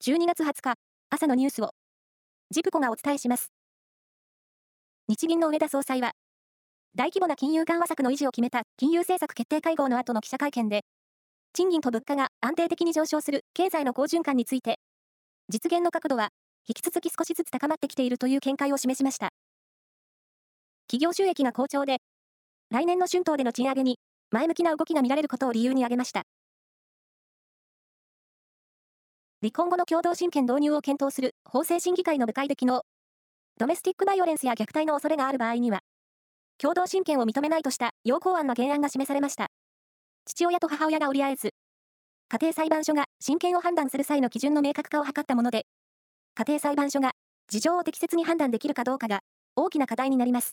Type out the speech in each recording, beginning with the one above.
12月20日、朝のニュースを、ジプコがお伝えします。日銀の植田総裁は、大規模な金融緩和策の維持を決めた金融政策決定会合の後の記者会見で、賃金と物価が安定的に上昇する経済の好循環について、実現の角度は引き続き少しずつ高まってきているという見解を示しました。企業収益が好調で、来年の春闘での賃上げに前向きな動きが見られることを理由に挙げました。離婚後の共同親権導入を検討する法制審議会の部会で昨日、ドメスティックバイオレンスや虐待の恐れがある場合には、共同親権を認めないとした要綱案の原案が示されました。父親と母親が折り合えず、家庭裁判所が親権を判断する際の基準の明確化を図ったもので、家庭裁判所が事情を適切に判断できるかどうかが大きな課題になります。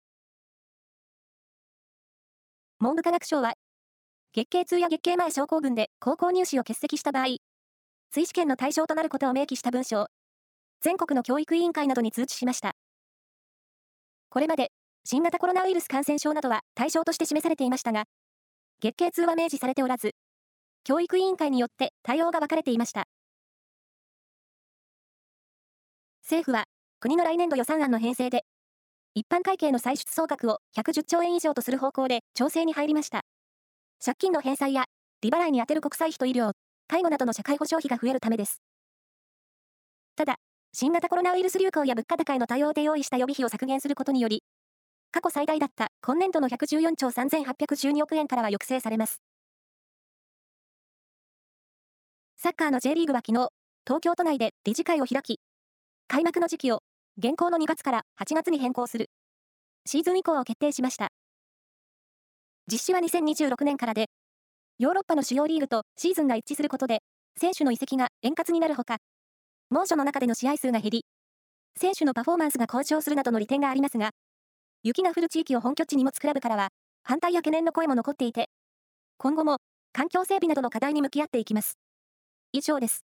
文部科学省は、月経痛や月経前症候群で高校入試を欠席した場合、追試験の対象となることを明記した文書を、全国の教育委員会などに通知しました。これまで、新型コロナウイルス感染症などは対象として示されていましたが、月経痛は明示されておらず、教育委員会によって対応が分かれていました。政府は、国の来年度予算案の編成で、一般会計の歳出総額を110兆円以上とする方向で調整に入りました。借金の返済や利払いに充てる国債費と医療、介護などの社会保障費が増えるためです。ただ、新型コロナウイルス流行や物価高への対応で用意した予備費を削減することにより、過去最大だった今年度の114兆3812億円からは抑制されます。サッカーの J リーグは昨日、東京都内で理事会を開き、開幕の時期を現行の2月から8月に変更するシーズン以降を決定しました。実施は2026年からで、ヨーロッパの主要リーグとシーズンが一致することで、選手の移籍が円滑になるほか、猛暑の中での試合数が減り、選手のパフォーマンスが向上するなどの利点がありますが、雪が降る地域を本拠地に持つクラブからは、反対や懸念の声も残っていて、今後も環境整備などの課題に向き合っていきます。以上です。